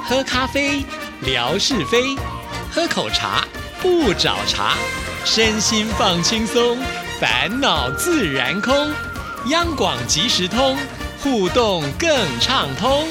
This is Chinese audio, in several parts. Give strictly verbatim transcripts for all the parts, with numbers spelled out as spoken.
喝咖啡，聊是非；喝口茶，不找茬。身心放轻松，烦恼自然空。央广即时通，互动更畅通。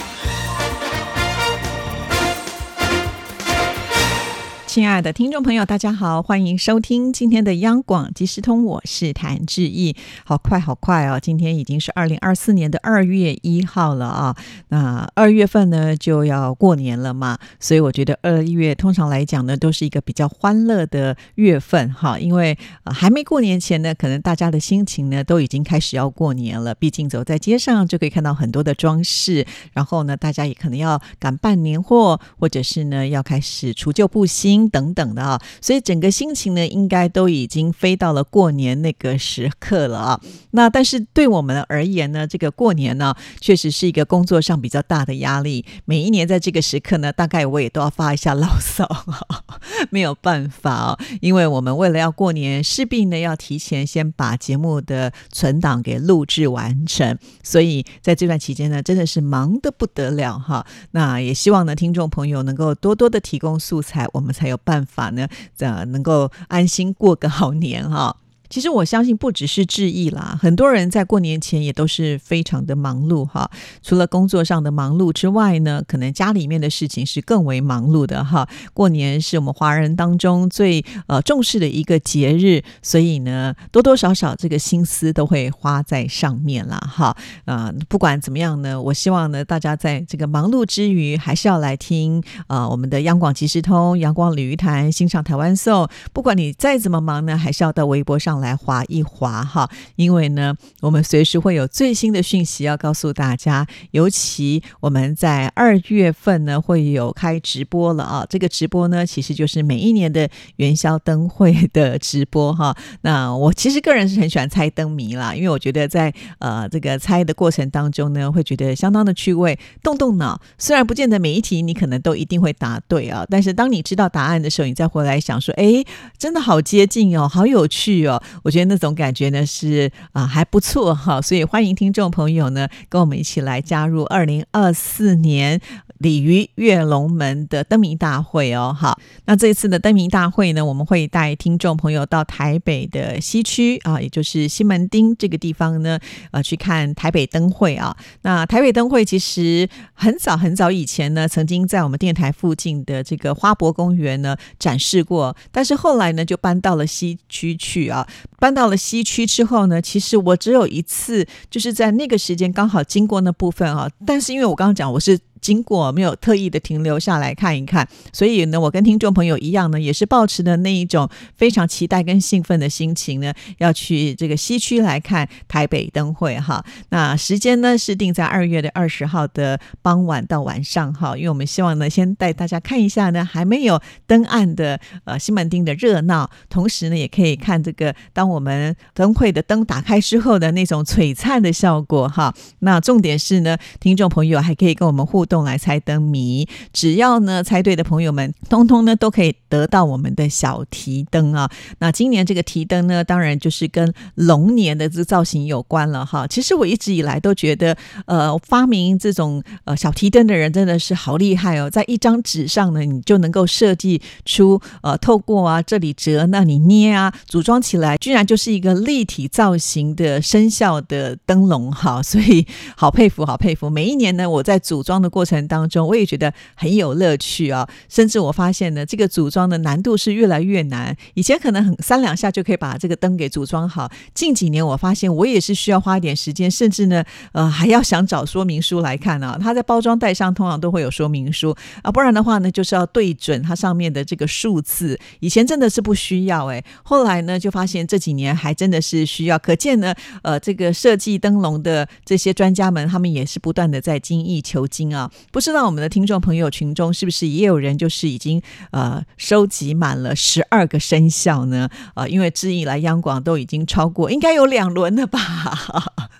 亲爱的听众朋友，大家好，欢迎收听今天的央广即时通，我是谭志毅。好快好快哦，今天已经是二零二四年的二月一号了啊。那二月份呢就要过年了嘛，所以我觉得二月通常来讲呢都是一个比较欢乐的月份哈，因为、呃、还没过年前呢，可能大家的心情呢都已经开始要过年了。毕竟走在街上就可以看到很多的装饰，然后呢大家也可能要赶办年货，或者是呢要开始除旧布新等等的啊，所以整个心情呢应该都已经飞到了过年那个时刻了啊。那但是对我们而言呢，这个过年呢确实是一个工作上比较大的压力。每一年在这个时刻呢，大概我也都要发一下牢骚，没有办法哦，因为我们为了要过年，势必呢要提前先把节目的存档给录制完成，所以在这段期间呢，真的是忙得不得了哈。那也希望呢听众朋友能够多多的提供素材，我们才有办法呢，呃，能够安心过个好年哈。其实我相信不只是志毅啦，很多人在过年前也都是非常的忙碌哈。除了工作上的忙碌之外呢，可能家里面的事情是更为忙碌的哈。过年是我们华人当中最呃重视的一个节日，所以呢多多少少这个心思都会花在上面啦哈。呃，不管怎么样呢，我希望呢大家在这个忙碌之余，还是要来听呃我们的央广即时通、阳光鲤鱼潭、欣赏台湾颂。不管你再怎么忙呢，还是要到微博上来滑一滑哈，因为呢我们随时会有最新的讯息要告诉大家。尤其我们在二月份呢会有开直播了啊，这个直播呢其实就是每一年的元宵灯会的直播哈。那我其实个人是很喜欢猜灯谜啦，因为我觉得在呃这个猜的过程当中呢，会觉得相当的趣味，动动脑。虽然不见得每一题你可能都一定会答对啊，但是当你知道答案的时候，你再回来想说，哎，真的好接近哦，好有趣哦。我觉得那种感觉呢是啊、呃、还不错哈，所以欢迎听众朋友呢跟我们一起来加入二零二四年鲤鱼跃龙门的灯谜大会哦。好，那这一次的灯谜大会呢，我们会带听众朋友到台北的西区啊，也就是西门町这个地方呢，呃，去看台北灯会啊。那台北灯会其实很早很早以前呢，曾经在我们电台附近的这个花博公园呢展示过，但是后来呢就搬到了西区去啊。搬到了西区之后呢，其实我只有一次，就是在那个时间刚好经过那部分啊，但是因为我刚刚讲我是经过，没有特意的停留下来看一看，所以呢我跟听众朋友一样呢，也是抱持的那一种非常期待跟兴奋的心情呢，要去这个西区来看台北灯会哈。那时间呢是定在二月的二十号的傍晚到晚上哈，因为我们希望呢先带大家看一下呢还没有灯暗的呃西门町的热闹，同时呢也可以看这个当我们灯会的灯打开之后的那种璀璨的效果哈。那重点是呢，听众朋友还可以跟我们互动来猜灯谜，只要呢猜对的朋友们通通呢都可以得到我们的小提灯啊。那今年这个提灯呢当然就是跟龙年的这个造型有关了哈。其实我一直以来都觉得呃发明这种呃小提灯的人真的是好厉害哦，在一张纸上呢你就能够设计出呃透过啊这里折那里捏啊，组装起来居然就是一个立体造型的生肖的灯笼哈。所以好佩服好佩服，每一年呢我在组装的过程当中我也觉得很有乐趣啊，甚至我发现呢这个组装的难度是越来越难，以前可能很三两下就可以把这个灯给组装好，近几年我发现我也是需要花一点时间，甚至呢呃还要想找说明书来看啊，它在包装袋上通常都会有说明书啊，不然的话呢就是要对准它上面的这个数字，以前真的是不需要哎，后来呢就发现这几年还真的是需要，可见呢呃这个设计灯笼的这些专家们他们也是不断的在精益求精啊。不知道我们的听众朋友群中是不是也有人就是已经呃收集满了十二个生肖呢？呃，因为志毅来央广都已经超过应该有两轮了吧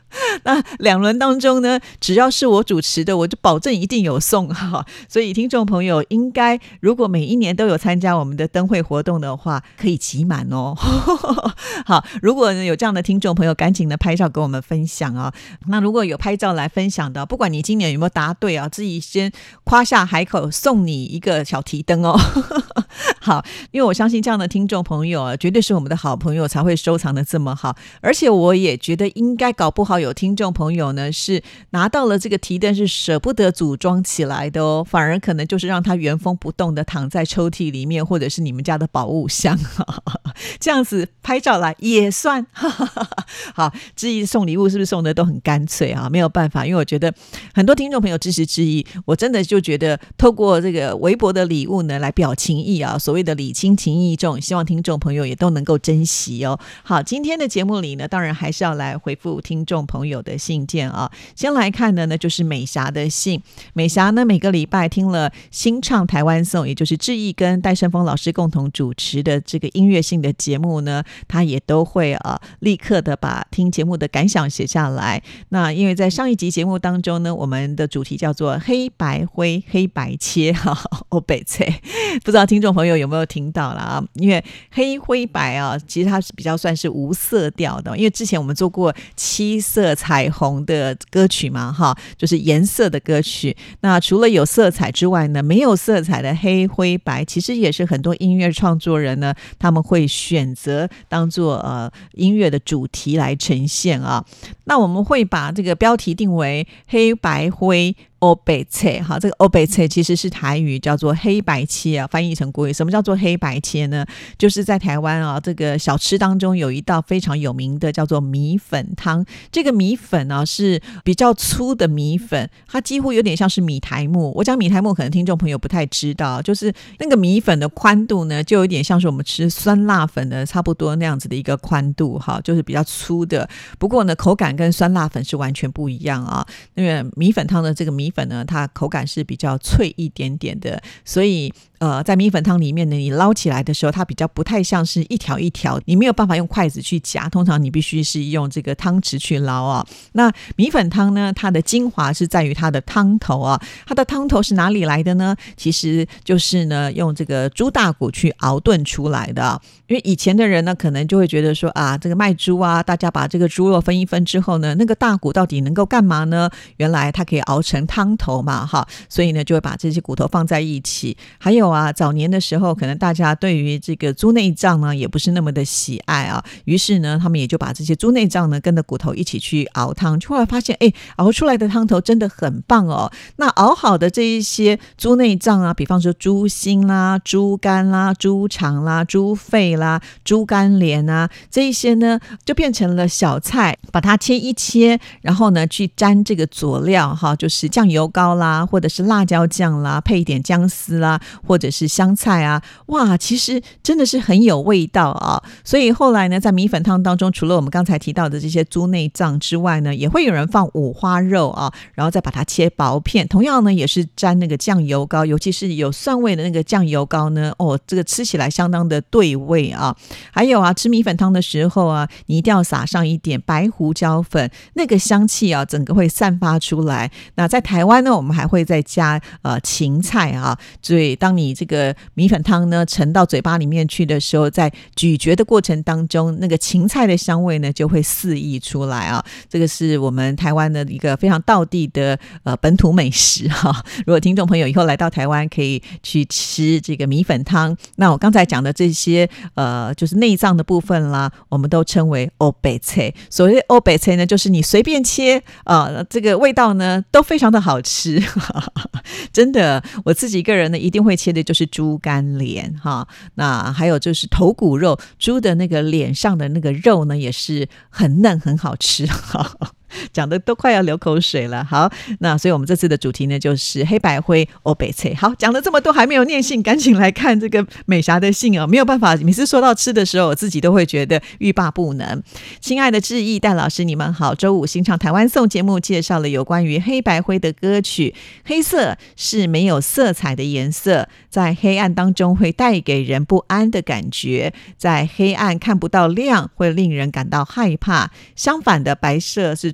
那两轮当中呢，只要是我主持的，我就保证一定有送哈。所以听众朋友应该如果每一年都有参加我们的灯会活动的话，可以集满哦。好，如果有这样的听众朋友，赶紧的拍照跟我们分享啊。那如果有拍照来分享的，不管你今年有没有答对啊，自己先夸下海口，送你一个小提灯哦。好，因为我相信这样的听众朋友啊，绝对是我们的好朋友才会收藏的这么好，而且我也觉得应该搞不好有听众朋友呢是拿到了这个提灯是舍不得组装起来的哦，反而可能就是让它原封不动的躺在抽屉里面，或者是你们家的宝物箱，这样子拍照来也算。好，志毅送礼物是不是送的都很干脆啊？没有办法，因为我觉得很多听众朋友支持志毅，我真的就觉得透过这个微薄的礼物呢来表情意啊，所谓的礼轻情意重，希望听众朋友也都能够珍惜哦。好，今天的节目里呢，当然还是要来回复听众朋友的信件啊。先来看的呢就是美霞的信，美霞呢每个礼拜听了新唱台湾颂，也就是志毅跟戴胜峰老师共同主持的这个音乐性的节目呢，他也都会啊立刻的把听节目的感想写下来。那因为在上一集节目当中呢，我们的主题叫做黑白灰黑白切哈，欧北切，不知道听众朋友有没有听到啦啊？因为黑灰白啊，其实它是比较算是无色调的，因为之前我们做过七色彩虹的歌曲嘛哈，就是颜色的歌曲。那除了有色彩之外呢，没有色彩的黑灰白，其实也是很多音乐创作人呢，他们会选择当做呃音乐的主题来呈现啊。那我们会把这个标题定为黑白灰欧北切，好，这个欧北切其实是台语叫做黑白切啊，翻译成国语，什么叫做黑白切呢？就是在台湾啊，这个小吃当中有一道非常有名的叫做米粉汤。这个米粉啊是比较粗的米粉，它几乎有点像是米苔目。我讲米苔目可能听众朋友不太知道，就是那个米粉的宽度呢，就有点像是我们吃酸辣粉的差不多那样子的一个宽度哈，就是比较粗的。不过呢，口感跟酸辣粉是完全不一样啊。因为米粉汤的这个米粉呢，它口感是比较脆一点点的，所以呃，在米粉汤里面呢，你捞起来的时候，它比较不太像是一条一条，你没有办法用筷子去夹，通常你必须是用这个汤匙去捞啊。那米粉汤呢，它的精华是在于它的汤头啊，它的汤头是哪里来的呢？其实就是呢，用这个猪大骨去熬炖出来的啊。因为以前的人呢，可能就会觉得说啊，这个卖猪啊，大家把这个猪肉分一分之后呢，那个大骨到底能够干嘛呢？原来它可以熬成汤头嘛，哈，所以呢就会把这些骨头放在一起。还有啊，早年的时候可能大家对于这个猪内脏呢也不是那么的喜爱啊，于是呢他们也就把这些猪内脏呢跟着骨头一起去熬汤，后来发现哎，熬出来的汤头真的很棒哦。那熬好的这一些猪内脏啊，比方说猪心啦、猪肝啦、猪肠啦、猪肺啦、猪肝连啊，这一些呢就变成了小菜，把它切一切，然后呢去沾这个佐料哈，就是酱油膏啦，或者是辣椒酱啦，配一点姜丝啦，或者是香菜啊，哇，其实真的是很有味道啊。所以后来呢，在米粉汤当中，除了我们刚才提到的这些猪内脏之外呢，也会有人放五花肉啊，然后再把它切薄片，同样呢也是沾那个酱油膏，尤其是有蒜味的那个酱油膏呢，哦，这个吃起来相当的对味啊。还有啊，吃米粉汤的时候啊，你一定要撒上一点白胡椒粉，那个香气啊整个会散发出来。那在台湾呢，我们还会再加呃芹菜啊，所以当你这个米粉汤呢沉到嘴巴里面去的时候，在咀嚼的过程当中，那个芹菜的香味呢就会四溢出来啊。这个是我们台湾的一个非常道地的呃本土美食哈、啊。如果听众朋友以后来到台湾，可以去吃这个米粉汤。那我刚才讲的这些呃就是内脏的部分啦，我们都称为欧北切。所谓欧北切呢，就是你随便切呃这个味道呢都非常的好吃。真的，我自己个人呢一定会切的就是猪肝连哈。那还有就是头骨肉，猪的那个脸上的那个肉呢也是很嫩很好吃哈。讲的都快要流口水了。好，那所以我们这次的主题呢就是黑白灰欧北切。好，讲了这么多还没有念信，赶紧来看这个美霞的信哦。没有办法，每次说到吃的时候，我自己都会觉得欲罢不能。亲爱的志毅、戴老师，你们好。周五新唱台湾颂节目介绍了有关于黑白灰的歌曲。黑色是没有色彩的颜色，在黑暗当中会带给人不安的感觉，在黑暗看不到亮，会令人感到害怕。相反的，白色是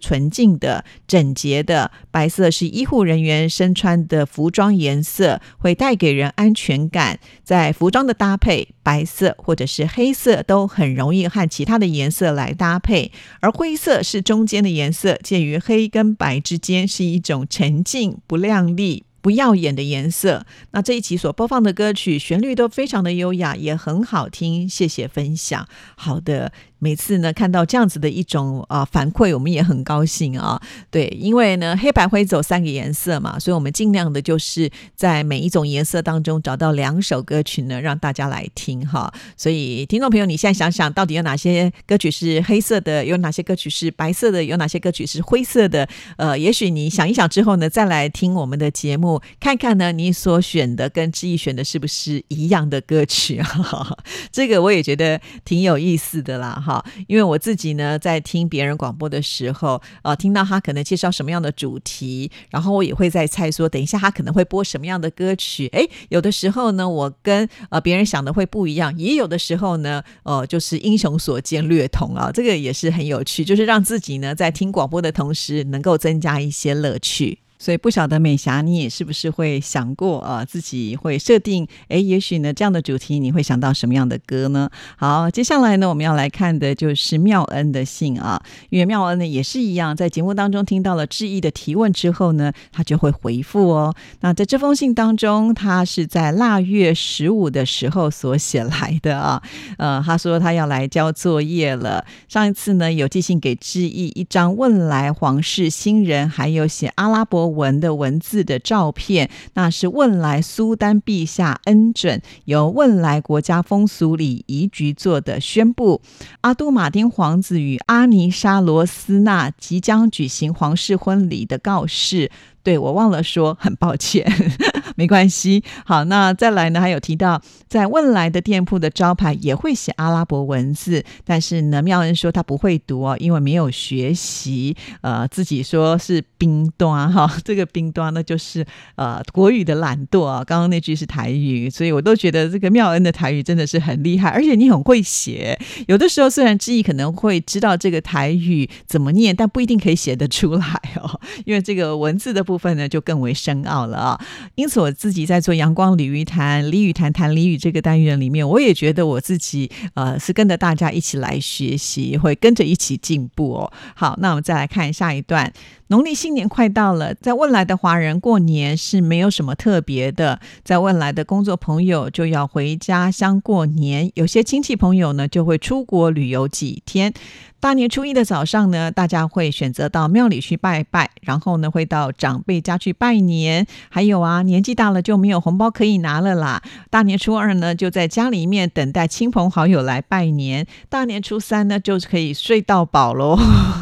纯净的、整洁的，白色是医护人员身穿的服装颜色，会带给人安全感。在服装的搭配，白色或者是黑色都很容易和其他的颜色来搭配，而灰色是中间的颜色，介于黑跟白之间，是一种沉静、不亮丽、不耀眼的颜色。那这一期所播放的歌曲旋律都非常的优雅，也很好听，谢谢分享。好的，每次呢看到这样子的一种呃反馈，我们也很高兴啊。对，因为呢黑白灰走三个颜色嘛，所以我们尽量的就是在每一种颜色当中找到两首歌曲呢让大家来听哈。所以听众朋友，你现在想想到底有哪些歌曲是黑色的，有哪些歌曲是白色的，有哪些歌曲是灰色的，呃，也许你想一想之后呢再来听我们的节目，看看呢你所选的跟志毅选的是不是一样的歌曲啊。这个我也觉得挺有意思的啦哈。因为我自己呢在听别人广播的时候呃，听到他可能介绍什么样的主题，然后我也会在猜说等一下他可能会播什么样的歌曲。诶，有的时候呢我跟呃别人想的会不一样，也有的时候呢呃就是英雄所见略同啊，这个也是很有趣，就是让自己呢在听广播的同时能够增加一些乐趣。所以不晓得美霞你也是不是会想过呃自己会设定诶也许呢这样的主题你会想到什么样的歌呢？好，接下来呢我们要来看的就是妙恩的信啊。因为妙恩呢也是一样，在节目当中听到了志毅的提问之后呢他就会回复哦。那在这封信当中他是在腊月十五的时候所写来的啊。呃，他说他要来交作业了，上一次呢有寄信给志毅一张问来皇室新人还有写阿拉伯文的文字的照片，那是问来苏丹陛下恩准，由问来国家风俗礼仪局做的宣布，阿都马丁皇子与阿尼莎罗斯纳即将举行皇室婚礼的告示。对，我忘了说，很抱歉没关系。好，那再来呢还有提到在问来的店铺的招牌也会写阿拉伯文字，但是呢妙恩说他不会读哦，因为没有学习，呃，自己说是冰端哈，这个冰端呢就是呃国语的懒惰啊，刚刚那句是台语，所以我都觉得这个妙恩的台语真的是很厉害，而且你很会写，有的时候虽然志毅可能会知道这个台语怎么念，但不一定可以写得出来哦，因为这个文字的部分呢就更为深奥了啊。因此我自己在做阳光鲤鱼谈鲤鱼谈谈鲤鱼这个单元里面，我也觉得我自己呃是跟着大家一起来学习，会跟着一起进步哦。好，那我们再来看下一段。农历新年快到了，在汶莱的华人过年是没有什么特别的，在汶莱的工作朋友就要回家乡过年，有些亲戚朋友呢就会出国旅游几天。大年初一的早上呢，大家会选择到庙里去拜拜，然后呢会到长辈家去拜年，还有啊年纪大了就没有红包可以拿了啦。大年初二呢就在家里面等待亲朋好友来拜年，大年初三呢就可以睡到饱咯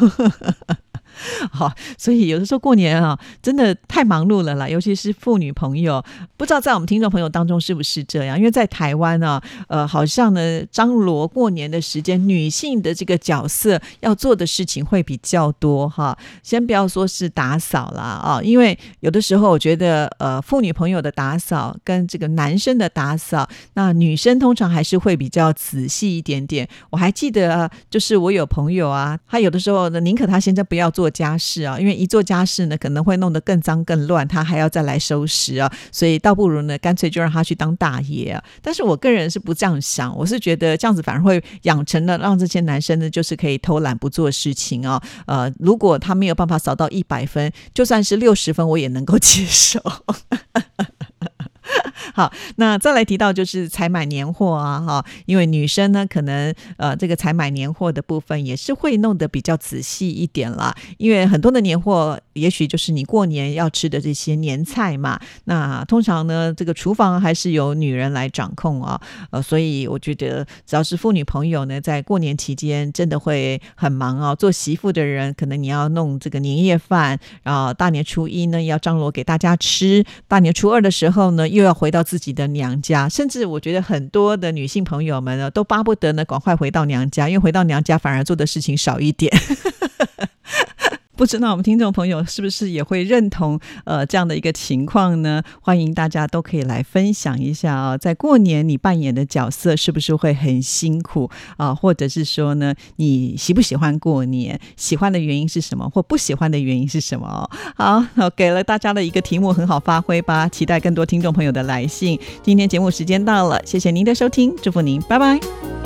好，所以有的时候过年啊，真的太忙碌了啦，尤其是妇女朋友，不知道在我们听众朋友当中是不是这样？因为在台湾啊，呃，好像呢张罗过年的时间，女性的这个角色要做的事情会比较多哈。先不要说是打扫啦啊，因为有的时候我觉得呃，妇女朋友的打扫跟这个男生的打扫，那女生通常还是会比较仔细一点点。我还记得啊，就是我有朋友啊，他有的时候呢，宁可他现在不要做家事啊，因为一做家事呢可能会弄得更脏更乱，他还要再来收拾啊，所以倒不如呢干脆就让他去当大爷啊。但是我个人是不这样想，我是觉得这样子反而会养成了让这些男生呢就是可以偷懒不做事情啊。呃，如果他没有办法扫到一百分，就算是六十分我也能够接受好，那再来提到就是采买年货啊哈，因为女生呢可能呃这个采买年货的部分也是会弄得比较仔细一点啦，因为很多的年货也许就是你过年要吃的这些年菜嘛，那通常呢这个厨房还是由女人来掌控啊，呃所以我觉得只要是妇女朋友呢在过年期间真的会很忙啊，做媳妇的人可能你要弄这个年夜饭，然后大年初一呢要张罗给大家吃，大年初二的时候呢又要回到自己的娘家，甚至我觉得很多的女性朋友们呢都巴不得呢赶快回到娘家，因为回到娘家反而做的事情少一点不知道我们听众朋友是不是也会认同呃这样的一个情况呢？欢迎大家都可以来分享一下啊、哦，在过年你扮演的角色是不是会很辛苦啊、呃？或者是说呢，你喜不喜欢过年？喜欢的原因是什么？或不喜欢的原因是什么？哦，好，给了大家的一个题目，很好发挥吧。期待更多听众朋友的来信。今天节目时间到了，谢谢您的收听，祝福您，拜拜。